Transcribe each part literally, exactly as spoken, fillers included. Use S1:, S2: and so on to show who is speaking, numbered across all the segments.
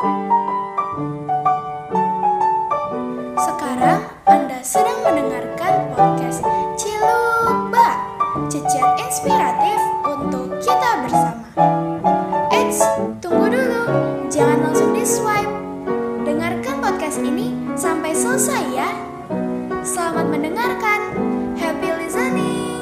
S1: Sekarang Anda sedang mendengarkan podcast Cilukba, cecet inspiratif untuk kita bersama. Eits, tunggu dulu, jangan langsung di-swipe. Dengarkan podcast ini sampai selesai ya. Selamat mendengarkan. Happy listening.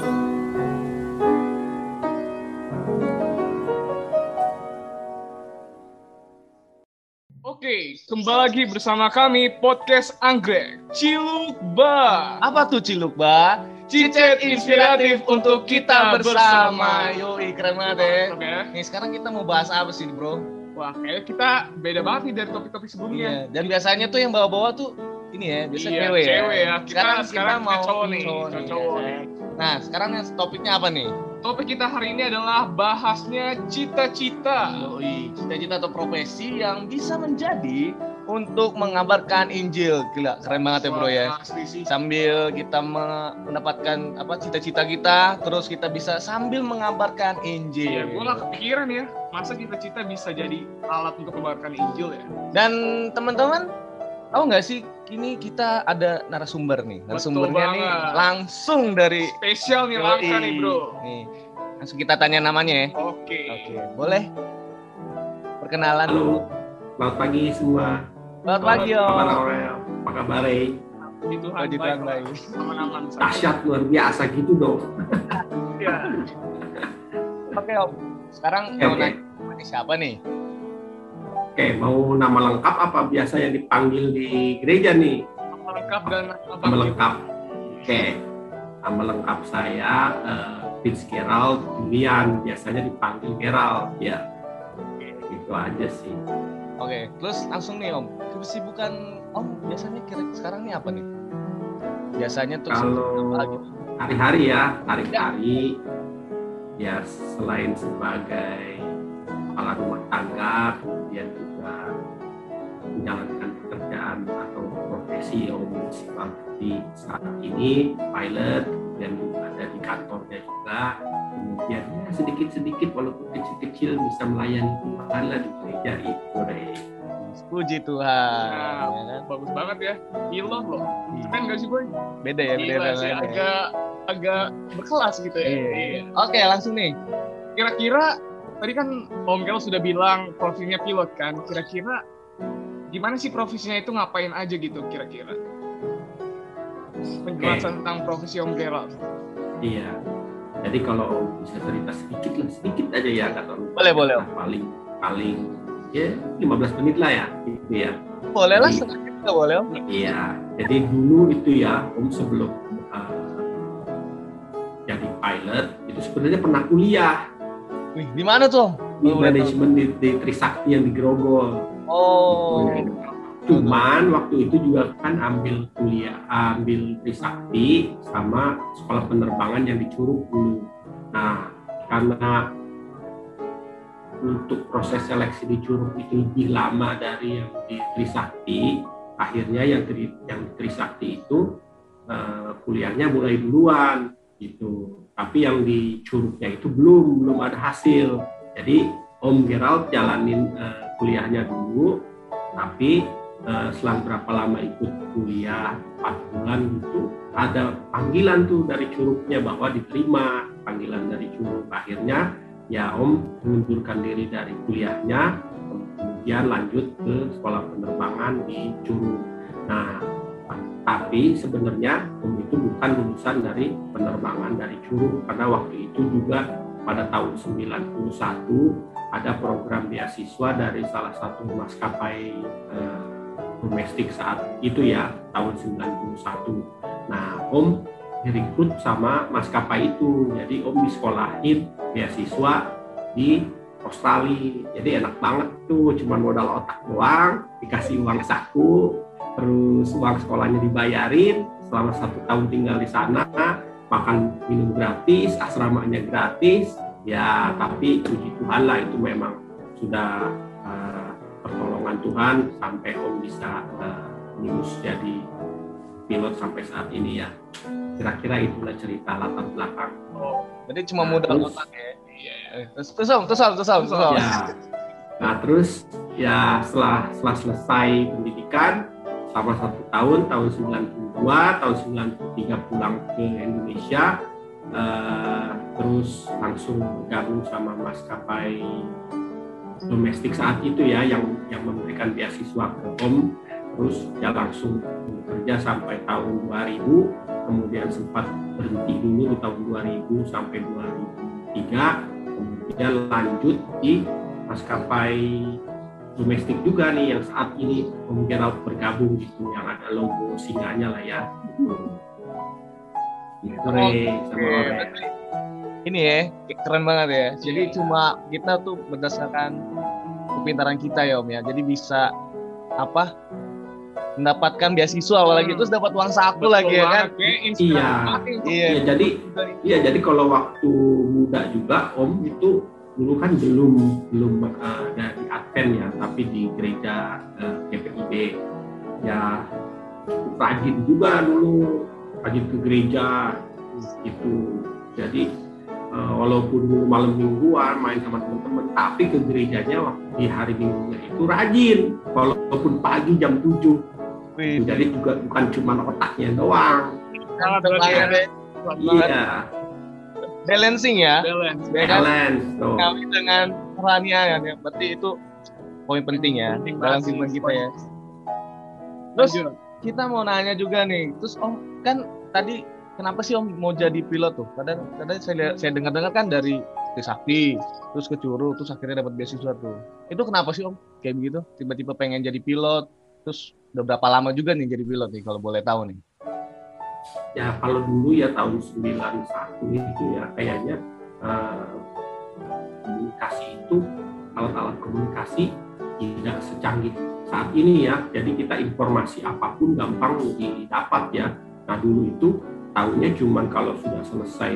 S2: Oke, kembali lagi bersama kami podcast Anggrek Cilukba.
S3: Apa tuh Cilukba?
S2: Cicet inspiratif untuk kita bersama.
S3: Yoi, keren banget ya.
S2: Oke ya.
S3: Nih sekarang kita mau bahas apa sih bro?
S2: Wah, kayaknya kita beda banget nih dari topik-topik sebelumnya.
S3: Iya. Dan biasanya tuh yang bawa-bawa tuh ini ya, biasanya
S2: Iya,
S3: cewek ya.
S2: cewek ya. Kita-
S3: Sekarang kita,
S2: sekarang kita
S3: mau
S2: cowok nih,
S3: cowok
S2: kita
S3: nih,
S2: cowok
S3: ya.
S2: nih.
S3: Nah, sekarang yang topiknya apa nih?
S2: Topik kita hari ini adalah bahasnya cita-cita.
S3: Yoi, cita-cita atau profesi yang bisa menjadi untuk mengabarkan Injil. Gila, keren banget ya bro ya.
S2: Wah, asli sih.
S3: Sambil kita me- mendapatkan apa cita-cita kita, terus kita bisa sambil mengabarkan Injil.
S2: Iya, gue gak kepikiran ya. Masa cita-cita bisa jadi alat untuk menyebarkan Injil ya?
S3: Dan teman-teman, tahu nggak sih ini kita ada narasumber nih. Narasumbernya nih
S2: banget.
S3: langsung dari
S2: Spesial nih langka nih bro.
S3: Nih, langsung kita tanya namanya ya.
S2: Oke.
S3: Oke, boleh perkenalan
S4: Halo,
S3: dulu.
S4: selamat pagi semua.
S3: Selamat pagi
S4: Apa
S3: Om.
S4: kabar? Apa kabar?
S2: Puji Tuhan,
S3: Puji Tuhan, baik.
S2: Aman-aman saja.
S4: Dahsyat luar biasa gitu dong.
S2: Iya.
S3: Oke Om. Sekarang
S4: Oke,
S3: mau
S4: oke.
S3: nanya namanya siapa nih?
S4: Oke, mau nama lengkap apa biasa yang dipanggil di gereja nih?
S2: Nama lengkap dan apa
S4: Nama lengkap. Oke, nama lengkap saya eh, Vince Gerald Julian, biasanya dipanggil Gerald ya. Gitu aja sih.
S3: Oke, terus langsung nih Om. Kesibukan Om biasanya kira sekarang nih apa nih? Biasanya tuh
S4: Kalau
S3: apa gitu?
S4: hari-hari ya, hari-hari ya selain sebagai kepala rumah tangga, kemudian juga menjalankan pekerjaan atau profesi yang seperti saat ini pilot, kemudian juga ada di kantornya juga, kemudian ya sedikit-sedikit walaupun kecil-kecil bisa melayani Tuhan lah di gereja itu deh.
S3: Puji Tuhan.
S2: Nah,
S3: Ya kan?
S2: bagus banget ya. Iloh loh. Keren gak sih boy?
S3: Beda ya, beda
S2: Gila
S3: yang
S2: sih,
S3: lain ya.
S2: agak agak berkelas gitu ya.
S3: Iya.
S2: Iya.
S3: Oke, langsung nih.
S2: Kira-kira tadi kan Om Gel sudah bilang profesinya pilot kan. Kira-kira gimana sih profesinya itu ngapain aja gitu kira-kira? Penjelasan tentang profesi Om Gerald.
S4: Iya. Jadi kalau bisa cerita sedikit lah, sedikit aja ya, nggak terlalu
S3: Boleh, boleh,
S4: Nah, paling paling ya lima belas menit lah ya, gitu ya.
S3: Boleh lah,
S4: Jadi-
S3: setengah menit nggak boleh Om?
S4: Iya, jadi dulu itu ya, Om sebelum uh, jadi pilot itu sebenarnya pernah kuliah
S3: Wih, di mana tuh?
S4: di
S3: Boleh, boleh
S4: manajemen di, di Trisakti yang di Grogol.
S3: tahu. Oh,
S4: Gitu. Cuman waktu itu juga kan ambil kuliah, ambil Trisakti sama sekolah penerbangan yang di Curug dulu. Nah, karena untuk proses seleksi di Curug itu lebih lama dari yang di Trisakti, akhirnya yang di yang di Trisakti itu eh, kuliahnya mulai duluan gitu. Tapi yang di Curugnya itu belum belum ada hasil. Jadi Om Gerald jalanin eh, kuliahnya dulu, tapi eh, selang berapa lama ikut kuliah empat bulan gitu, ada panggilan tuh dari Curugnya bahwa diterima, panggilan dari Curug. Akhirnya ya Om mengundurkan diri dari kuliahnya, kemudian lanjut ke sekolah penerbangan di Curug. Nah, tapi sebenarnya Om itu bukan lulusan dari penerbangan dari Curug, karena waktu itu juga pada tahun sembilan puluh satu ada program beasiswa dari salah satu maskapai eh, domestik saat itu ya, tahun sembilan puluh satu. Nah, Om direkrut sama maskapai itu, jadi Om disekolahin beasiswa di Australia. Jadi enak banget tuh, cuma modal otak doang, dikasih uang saku, terus uang sekolahnya dibayarin, selama satu tahun tinggal di sana, makan minum gratis, asramanya gratis, ya tapi puji Tuhan lah itu memang sudah uh, pertolongan Tuhan sampai Om bisa uh, lulus jadi pilot sampai saat ini ya. Kira-kira itulah cerita latar belakang.
S2: Oh,
S3: Jadi cuma
S4: Nah,
S3: modal
S4: terus-
S3: otak ya.
S2: iya.
S3: Eh, Terus terus om, terus om, terus om, terus om.
S4: Ya. Nah terus ya setelah setelah selesai pendidikan selama satu tahun, tahun sembilan puluh dua, tahun sembilan puluh tiga pulang ke Indonesia, uh, terus langsung bergabung sama maskapai domestik saat itu ya, yang yang memberikan beasiswa ke Om. Terus ya langsung bekerja sampai tahun dua ribu, kemudian sempat berhenti dulu di tahun dua ribu sampai dua ribu tiga, kemudian lanjut di maskapai domestik juga nih yang saat ini Om Gerald bergabung gitu, yang ada logo singanya lah ya. Gitu deh, sama orang.
S3: Ini ya, keren banget ya. Jadi cuma kita tuh berdasarkan kepintaran kita ya Om ya. Jadi bisa apa? Mendapatkan beasiswa apalagi, terus dapat uang saku
S2: Betul
S3: lagi ya kan?
S4: Iya. Iya, jadi iya jadi kalau waktu muda juga Om itu dulu kan belum belum uh, ada di Advent ya, tapi di gereja uh, G P I B ya rajin juga dulu, rajin ke gereja gitu. Jadi uh, walaupun dulu malam mingguan main sama teman-teman, tapi ke gerejanya waktu di hari minggunya itu rajin, walaupun pagi jam tujuh. Jadi juga bukan cuma otaknya doang.
S3: Sangat berlayar deh.
S4: Iya.
S3: Balancing ya.
S2: Balance.
S4: Balance. Tuh.
S3: Kami dengan perannya ya. Berarti itu poin penting ya. Balancing buat kita ya. Terus kita mau nanya juga nih. Terus Om kan tadi kenapa sih Om mau jadi pilot tuh? Kadang kadang saya saya dengar-dengar kan dari Trisakti, terus ke Curu, terus akhirnya dapat beasiswa tuh. Itu kenapa sih Om kayak begitu? Tiba-tiba pengen jadi pilot. Terus udah berapa lama juga nih jadi pilot nih kalau boleh tahu nih?
S4: Ya kalau dulu ya tahun sembilan puluh satu itu ya kayaknya uh, komunikasi itu, alat-alat komunikasi tidak secanggih saat ini ya. Jadi kita informasi apapun gampang didapat ya. Nah dulu itu tahunya cuman kalau sudah selesai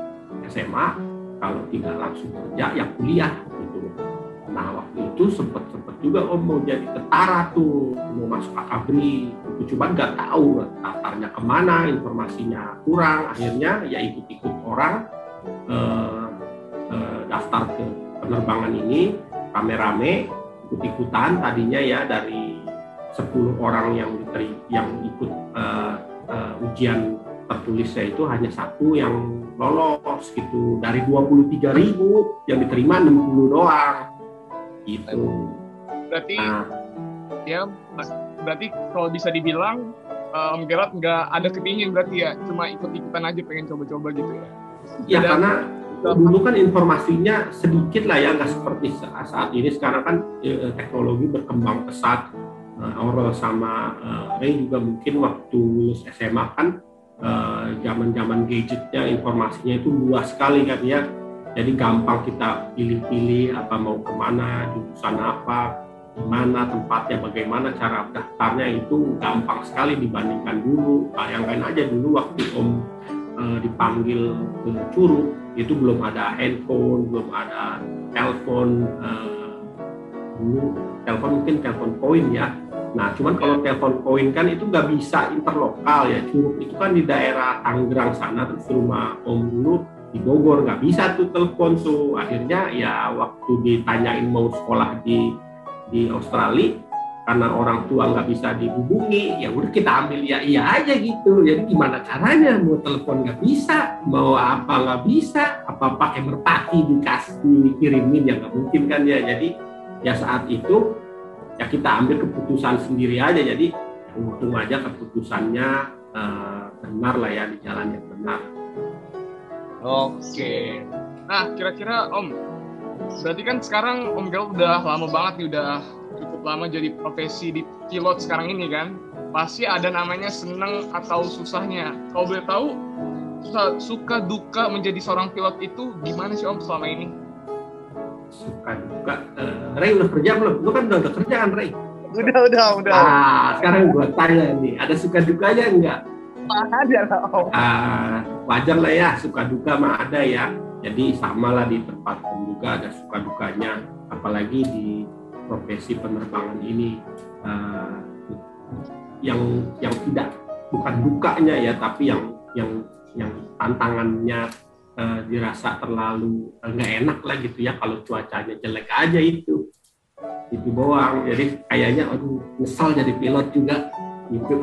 S4: S M A, kalau tidak langsung kerja ya kuliah gitu. Nah waktu itu sempet-sempet juga Om mau jadi tentara tuh, mau masuk akabri, itu cuma nggak tahu daftarnya kemana, informasinya kurang, akhirnya ya ikut-ikut orang eh, eh, daftar ke penerbangan ini rame-rame, ikut-ikutan tadinya ya dari sepuluh orang yang diteri, yang ikut eh, eh, ujian tertulisnya itu hanya satu yang lolos gitu, dari dua puluh tiga ribu yang diterima enam puluh doang. Gitu.
S2: Berarti
S4: nah,
S2: ya berarti kalau bisa dibilang uh, Om Gerald nggak ada kepingin berarti ya, cuma ikut-ikutan aja pengen coba-coba gitu ya.
S4: Ya dan, karena dulu kan informasinya sedikit lah ya, nggak seperti saat ini. Sekarang kan eh, teknologi berkembang pesat. uh, Aurel sama uh, Ray juga mungkin waktu lulus S M A kan uh, zaman-zaman gadgetnya, informasinya itu luas sekali kan ya. Jadi gampang kita pilih-pilih apa mau kemana, jurusan apa, di mana tempatnya, bagaimana cara daftarnya, itu gampang sekali dibandingkan dulu. Bayangkan aja dulu waktu Om e, dipanggil ke Curug, itu belum ada handphone, belum ada telepon, e, dulu telepon mungkin telepon koin ya. Nah cuman kalau telepon koin kan itu nggak bisa interlokal ya, Curug itu kan di daerah Tangerang sana, terus rumah Om dulu di Bogor, nggak bisa tuh telepon tuh. Akhirnya ya waktu ditanyain mau sekolah di di Australia, karena orang tua nggak bisa dihubungi, ya udah kita ambil ya iya aja gitu. Jadi gimana caranya, mau telepon nggak bisa, mau apa nggak bisa, apa pakai merpati dikasih dikirimin ya nggak mungkin kan ya. Jadi ya saat itu ya kita ambil keputusan sendiri aja. Jadi untung aja keputusannya uh, benar lah ya, di jalan yang benar.
S2: Oke. Nah, kira-kira Om, berarti kan sekarang Om Gerald udah lama banget nih, udah cukup lama jadi profesi di pilot sekarang ini kan. Pasti ada namanya seneng atau susahnya. Kalau boleh tahu, suka duka menjadi seorang pilot itu gimana sih Om selama ini?
S4: Suka duka. Uh, Ray udah kerja belum? Lu kan udah, udah kerja kan Ray?
S3: Udah, udah, udah.
S4: Ah, sekarang gua tanya nih, ada suka dukanya enggak?
S3: Ada lah Om.
S4: Ah, wajar lah ya, suka duka mah ada ya. Jadi sama lah di tempat Om juga ada suka dukanya, apalagi di profesi penerbangan ini uh, yang yang tidak, bukan dukanya ya, tapi yang yang yang tantangannya uh, dirasa terlalu nggak uh, enak lah gitu ya, kalau cuacanya jelek aja itu. itu doang. Jadi kayaknya aduh nyesal jadi pilot juga gitu.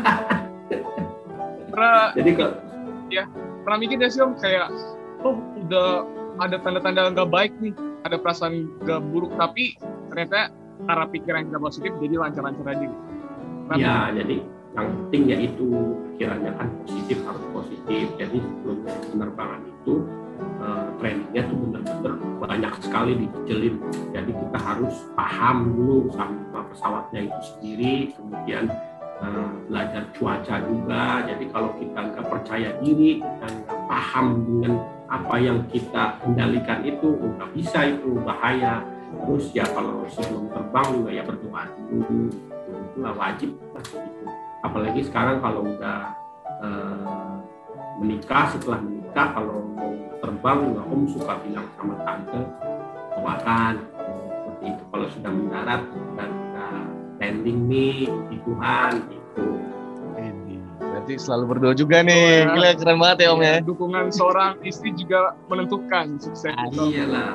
S2: Pernah,
S4: Jadi kok
S2: ya pernah mikir gak sih Om kayak, oh udah ada tanda-tanda nggak baik nih, ada perasaan nggak buruk, tapi ternyata cara pikiran kita positif jadi lancar-lancar aja gitu. Pernah
S4: ya
S2: mikir?
S4: jadi yang penting yaitu pikirannya kan positif, harus positif. Jadi sebelum penerbangan itu uh, trainingnya tuh benar-benar banyak sekali dikecilin. Jadi kita harus paham dulu sama pesawatnya itu sendiri, kemudian uh, belajar cuaca juga. Jadi kalau kita nggak percaya diri, kita nggak paham dengan apa yang kita kendalikan itu, nggak bisa, itu bahaya. Terus ya kalau sebelum terbang juga ya berdoa dulu, itu lah wajib lah gitu. Apalagi sekarang kalau udah uh, menikah, setelah menikah kalau mau terbang juga Om suka bilang sama tante doakan seperti itu. Kalau sudah mendarat dan sudah landing nih di Tuhan itu.
S3: Berarti selalu berdoa juga nih.
S2: Doa.
S3: Gila keren banget ya Om ya.
S2: Dukungan seorang istri juga menentukan sukses.
S4: Iyalah.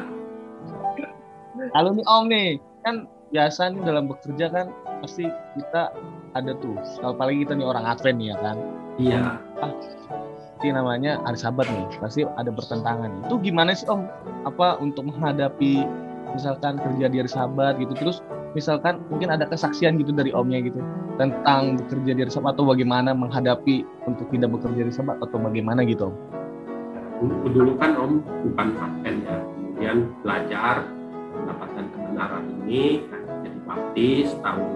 S3: Kalau nih Om nih, kan biasa nih dalam bekerja kan pasti kita ada tuh, apalagi kita nih orang Advent ya kan.
S4: Iya.
S3: Ah, ini namanya hari Sabat nih, pasti ada bertentangan. Itu gimana sih Om? Apa untuk menghadapi misalkan kerja di hari Sabat gitu, terus misalkan mungkin ada kesaksian gitu dari Omnya gitu tentang bekerja di hari Sabat atau bagaimana menghadapi untuk tidak bekerja di hari Sabat atau bagaimana gitu Om?
S4: Dulu, dulu kan Om bukan Advent ya, kemudian belajar mendapatkan kebenaran ini, kan jadi baptis tahun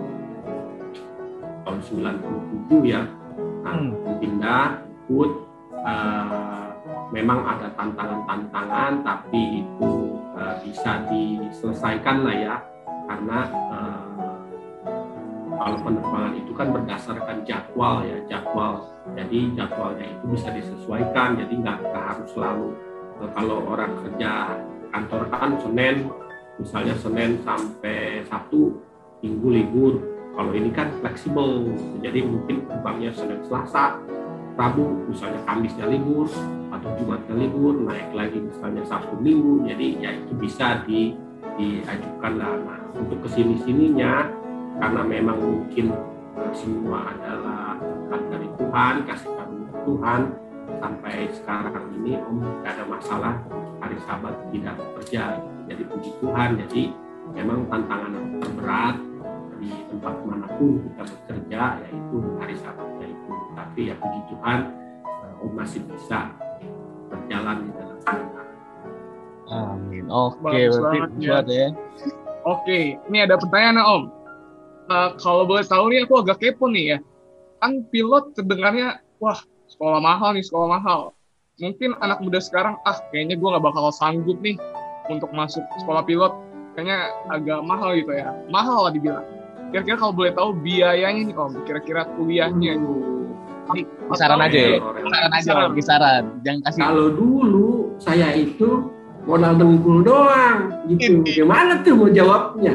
S4: tahun sembilan puluh tujuh ya. Nah,
S3: Hmm.
S4: pindah ikut, uh, memang ada tantangan-tantangan, tapi itu uh, bisa diselesaikan lah ya, karena uh, kalau penerbangan itu kan berdasarkan jadwal ya, jadwal. Jadi jadwalnya itu bisa disesuaikan, jadi nggak nggak harus selalu. Uh, kalau orang kerja kantor kan Senin, misalnya Senin sampai Sabtu, Minggu libur. Kalau ini kan fleksibel, jadi mungkin terbangnya Senin Selasa, Rabu, misalnya Kamisnya libur, atau Jumatnya libur, naik lagi misalnya Sabtu Minggu, jadi ya itu bisa di, diajukan lah. Nah, untuk kesini-sininya, karena memang mungkin uh, semua adalah berkat dari Tuhan, kasih karunia Tuhan, sampai sekarang ini Om tidak ada masalah hari Sabat tidak bekerja, jadi puji Tuhan. Jadi memang tantangan yang terberat di tempat manapun kita bekerja yaitu hari Sabatnya itu, tapi ya puji Tuhan Om masih bisa berjalan di dalam kebenaran.
S3: Amin. Oke,
S2: Bagus
S3: berarti
S2: banget, ya.
S3: buat ya.
S2: Oke, ini ada pertanyaan Om. Uh, kalau boleh tahu nih, aku agak kepo nih ya. Kan pilot kedengarnya, wah sekolah mahal nih, sekolah mahal. Mungkin anak muda sekarang, ah kayaknya gue gak bakal sanggup nih untuk masuk sekolah pilot. Kayaknya agak mahal gitu ya. Mahal lah dibilang. Kira-kira kalau boleh tahu biayanya nih Om, kira-kira kuliahnya.
S3: Ini kisaran aja ya.
S4: Orang-
S3: Kisaran aja, Om, kisaran. Jangan kasih.
S4: Kalau dulu saya itu modal dengkul doang gitu. Gimana tuh mau jawabnya?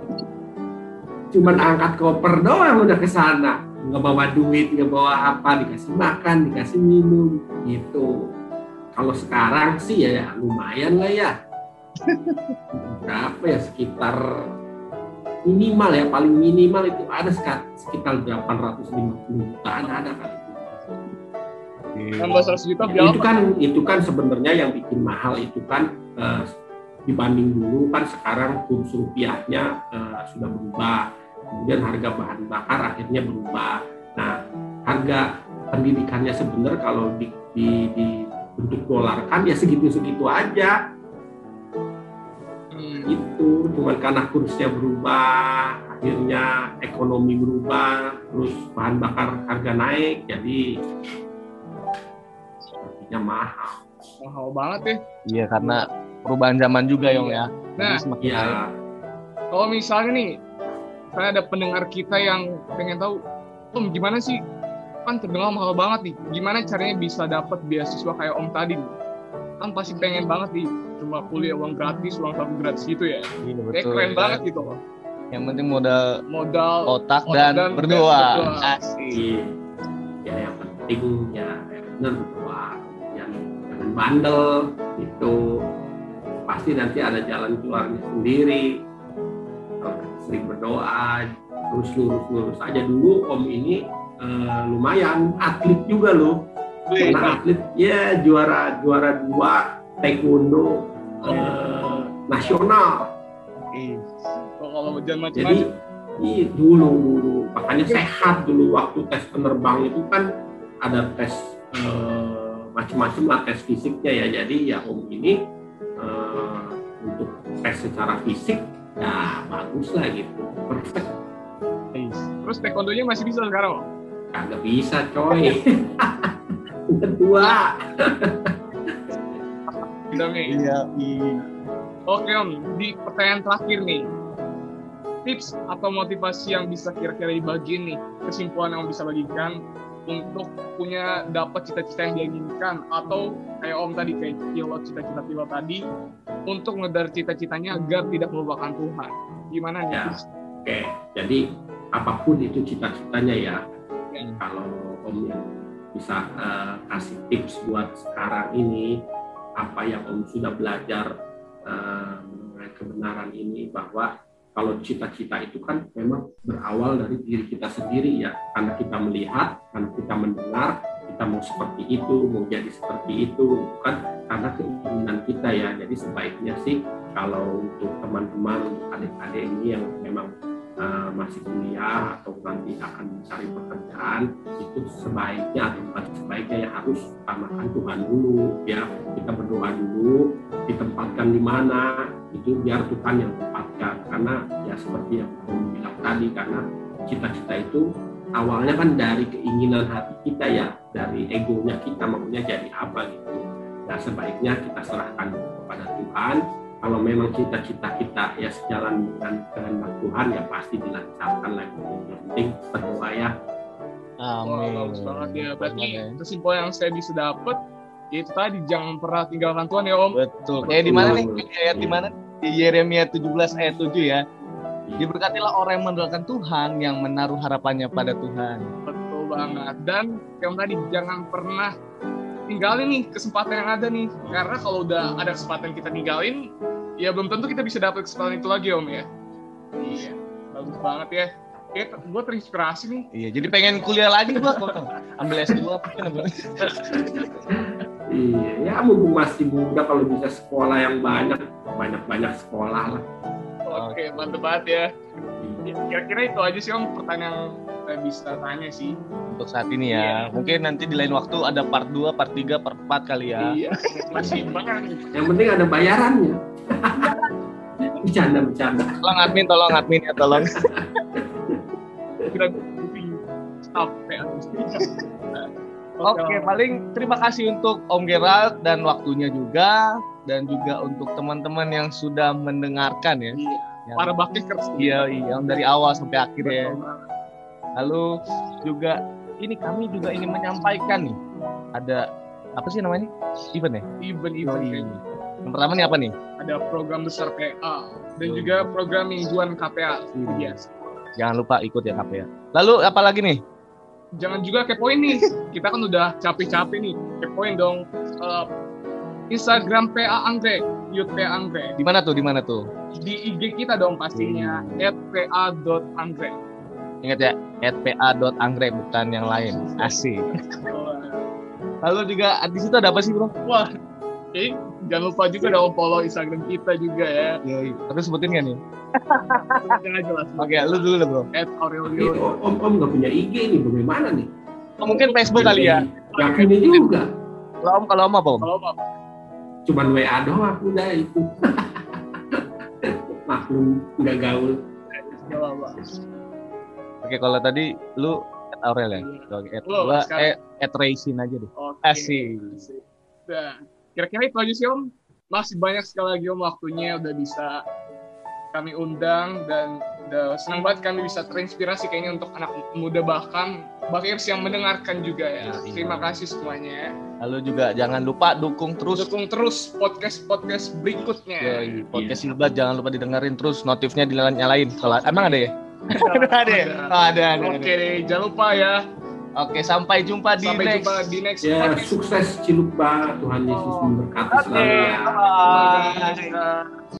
S4: Cuman angkat koper doang udah ke sana. Nggak bawa duit, nggak bawa apa, dikasih makan, dikasih minum gitu. Kalau sekarang sih ya lumayan lah ya. Berapa ya, sekitar minimal ya, paling minimal itu ada sekitar delapan ratus lima puluh juta, ada ada kali.
S2: Nambah seratus juta
S4: Ya,
S2: biar
S4: itu kan itu kan sebenarnya yang bikin mahal itu kan eh, dibanding dulu kan sekarang kurs rupiahnya eh, sudah berubah, kemudian harga bahan bakar akhirnya berubah. Nah, harga pendidikannya sebenarnya kalau di, di, di bentuk dolar kan ya segitu-segitu aja.
S2: Hmm.
S4: Itu cuma karena kursnya berubah, akhirnya ekonomi berubah, terus bahan bakar harga naik, jadi sepertinya mahal.
S2: Mahal banget ya.
S3: Iya, karena perubahan zaman juga Yong ya.
S2: Nah,
S3: Jadi semakin
S4: Ya,
S3: naik.
S2: kalau misalnya nih, saya ada pendengar kita yang pengen tahu, Om gimana sih? Kan terdengar mahal banget nih. Gimana caranya bisa dapat beasiswa kayak Om tadi nih? Kan pasti pengen banget nih, cuma kuliah uang gratis, uang saku gratis gitu ya.
S3: Iya,
S2: Kayak
S3: betul.
S2: keren banget gitu loh.
S3: Yang penting modal
S2: Modal,
S3: otak
S2: otak
S3: dan,
S2: dan
S3: berdoa.
S2: berdoa.
S3: Asik.
S4: iya. Ya yang penting ya benar berdoa, yang jangan bandel itu, pasti nanti ada jalan keluarnya sendiri. sering berdoa, terus lurus-lurus aja. Dulu Om ini uh, lumayan atlet juga loh, karena atlet ya juara juara dua taekwondo uh, nasional.
S2: Kalau jangan macam-macam.
S4: Jadi iya, dulu dulu makanya sehat dulu waktu tes penerbang itu kan ada tes uh, macam-macam lah tes fisiknya ya. Jadi ya Om ini uh, untuk tes secara fisik ya bagus lah gitu, perfect.
S2: Terus taekwondonya masih bisa sekarang?
S4: Kagak bisa coy. Udah tua.
S2: Iya. Oke Om, di pertanyaan terakhir nih, tips atau motivasi yang bisa kira-kira dibagiin nih, kesimpulan yang bisa bagikan untuk punya dapat cita-cita yang diinginkan, atau kayak Om tadi kayak pilot, cita-cita pilot tadi, untuk ngedar cita-citanya agar tidak melupakan Tuhan. Gimana nih?
S4: Ya, oke, jadi apapun itu cita-citanya ya,
S2: ya.
S4: Kalau Om yang bisa uh, kasih tips buat sekarang ini, apa yang Om sudah belajar uh, mengenai kebenaran ini, bahwa kalau cita-cita itu kan memang berawal dari diri kita sendiri ya, karena kita melihat, karena kita mendengar, kita mau seperti itu, mau jadi seperti itu, bukan karena keinginan kita ya. Jadi sebaiknya sih kalau untuk teman-teman, untuk adik-adik ini yang memang uh, masih kuliah atau nanti akan mencari pekerjaan, itu sebaiknya atau bukan sebaiknya ya harus utamakan Tuhan dulu ya. Kita berdoa dulu, ditempatkan di mana itu biar Tuhan yang tempatkan, karena ya seperti yang Om bilang tadi, karena cita-cita itu awalnya kan dari keinginan hati kita ya, dari egonya kita maunya jadi apa gitu. Nah sebaiknya kita serahkan kepada Tuhan. Kalau memang cita-cita kita ya sejalan dengan kehendak Tuhan ya pasti dilancarkan lagi. Yang penting berdoa ya.
S3: Amin.
S2: Wah, bagus banget ya. Berarti kesimpulan yang saya bisa dapat itu tadi, jangan pernah tinggalkan Tuhan ya Om.
S3: Betul. Kayak di mana nih? Ayat di mana? Di Yeremia tujuh belas ayat tujuh ya. Diberkatilah orang yang mengandalkan Tuhan, yang menaruh harapannya pada Tuhan.
S2: Betul banget. Dan kayak tadi, jangan pernah tinggalin nih kesempatan yang ada nih. Karena kalau udah ada kesempatan kita tinggalin, ya belum tentu kita bisa dapat kesempatan itu lagi Om ya. Iya, bagus banget ya. Kayak gue terinspirasi nih.
S3: Iya, jadi pengen kuliah lagi gue. Ambil S dua.
S4: Iya, ya mumpung masih muda, kalau bisa sekolah yang banyak, banyak-banyak sekolah lah.
S2: Oke, mantep banget ya. Kira-kira itu aja sih Om pertanyaan yang saya bisa tanya sih.
S3: Untuk saat ini ya. Iya. Mungkin nanti di lain waktu ada part dua, part tiga, part empat kali ya.
S2: Iya, masih banyak.
S4: Yang penting ada bayarannya. Bercanda-bercanda.
S3: Tolong admin, tolong admin ya, tolong.
S2: Sampai
S3: Oke, paling terima kasih untuk Om Gerald dan waktunya juga, dan juga untuk teman-teman yang sudah mendengarkan ya.
S2: Iya.
S3: Yang,
S2: para baktikers.
S3: Iya, iya, yang dari awal sampai akhir ya. Lalu juga ini kami juga ingin menyampaikan nih, ada apa sih namanya? Event ya?
S2: Event-event
S3: oh, ini. Yang pertama nih apa nih?
S2: Ada program besar P A dan oh. juga program mingguan K P A.
S3: Hmm. Yes. Jangan lupa ikut ya K P A. Lalu apa lagi nih?
S2: Jangan juga kepoin nih. Kita kan udah capek-capek nih. Kepoin dong uh, Instagram P A Anggrek, Youth P A Anggrek.
S3: Di mana tuh? Di mana tuh?
S2: Di I G kita dong pastinya, at p a dot anggrek.
S3: Ingat ya, at p a dot anggrek bukan yang lain. Asik. Lalu juga di situ ada apa sih, Bro?
S2: Wah, eh, jangan lupa juga dong follow Instagram kita juga ya.
S3: Yoi. Terus sebutin nggak nih?
S2: Jangan jelas.
S3: Oke, lu dulu lah, Bro.
S2: At Aurelio.
S4: Om Om nggak punya I G nih, bagaimana nih?
S3: Oh, mungkin Facebook kali ya?
S4: Nggak punya juga.
S3: Kalau Om, kalau Om apa Om?
S2: Kalau Om apa?
S4: Cuman W A doang aku udah itu. Maklum nggak gaul.
S3: Oke, kalau tadi lu at Aurel ya? Oke, at gua eh, at Raisin aja deh.
S2: Oke.
S3: Asik.
S2: Nah, kira-kira itu aja sih Om. Masih banyak sekali lagi Om waktunya udah bisa kami undang, dan udah senang banget kami bisa terinspirasi kayaknya untuk anak muda, bahkan Bakers yang mendengarkan juga ya. Terima kasih semuanya.
S3: Lalu juga jangan lupa dukung terus
S2: dukung terus podcast-podcast berikutnya.
S3: Yoi, podcast Silbat jangan lupa didengerin terus, notifnya dinyalain. Kalau emang ada ya? ada ya? Oh, ada, ada.
S2: Oke deh, jangan lupa ya.
S3: Oke, sampai jumpa di
S2: sampai
S3: next.
S2: Jumpa di next
S4: ya,
S2: podcast.
S4: Sukses Cilukba, Tuhan Yesus memberkati
S3: Oke,
S4: selalu ya.
S3: bye.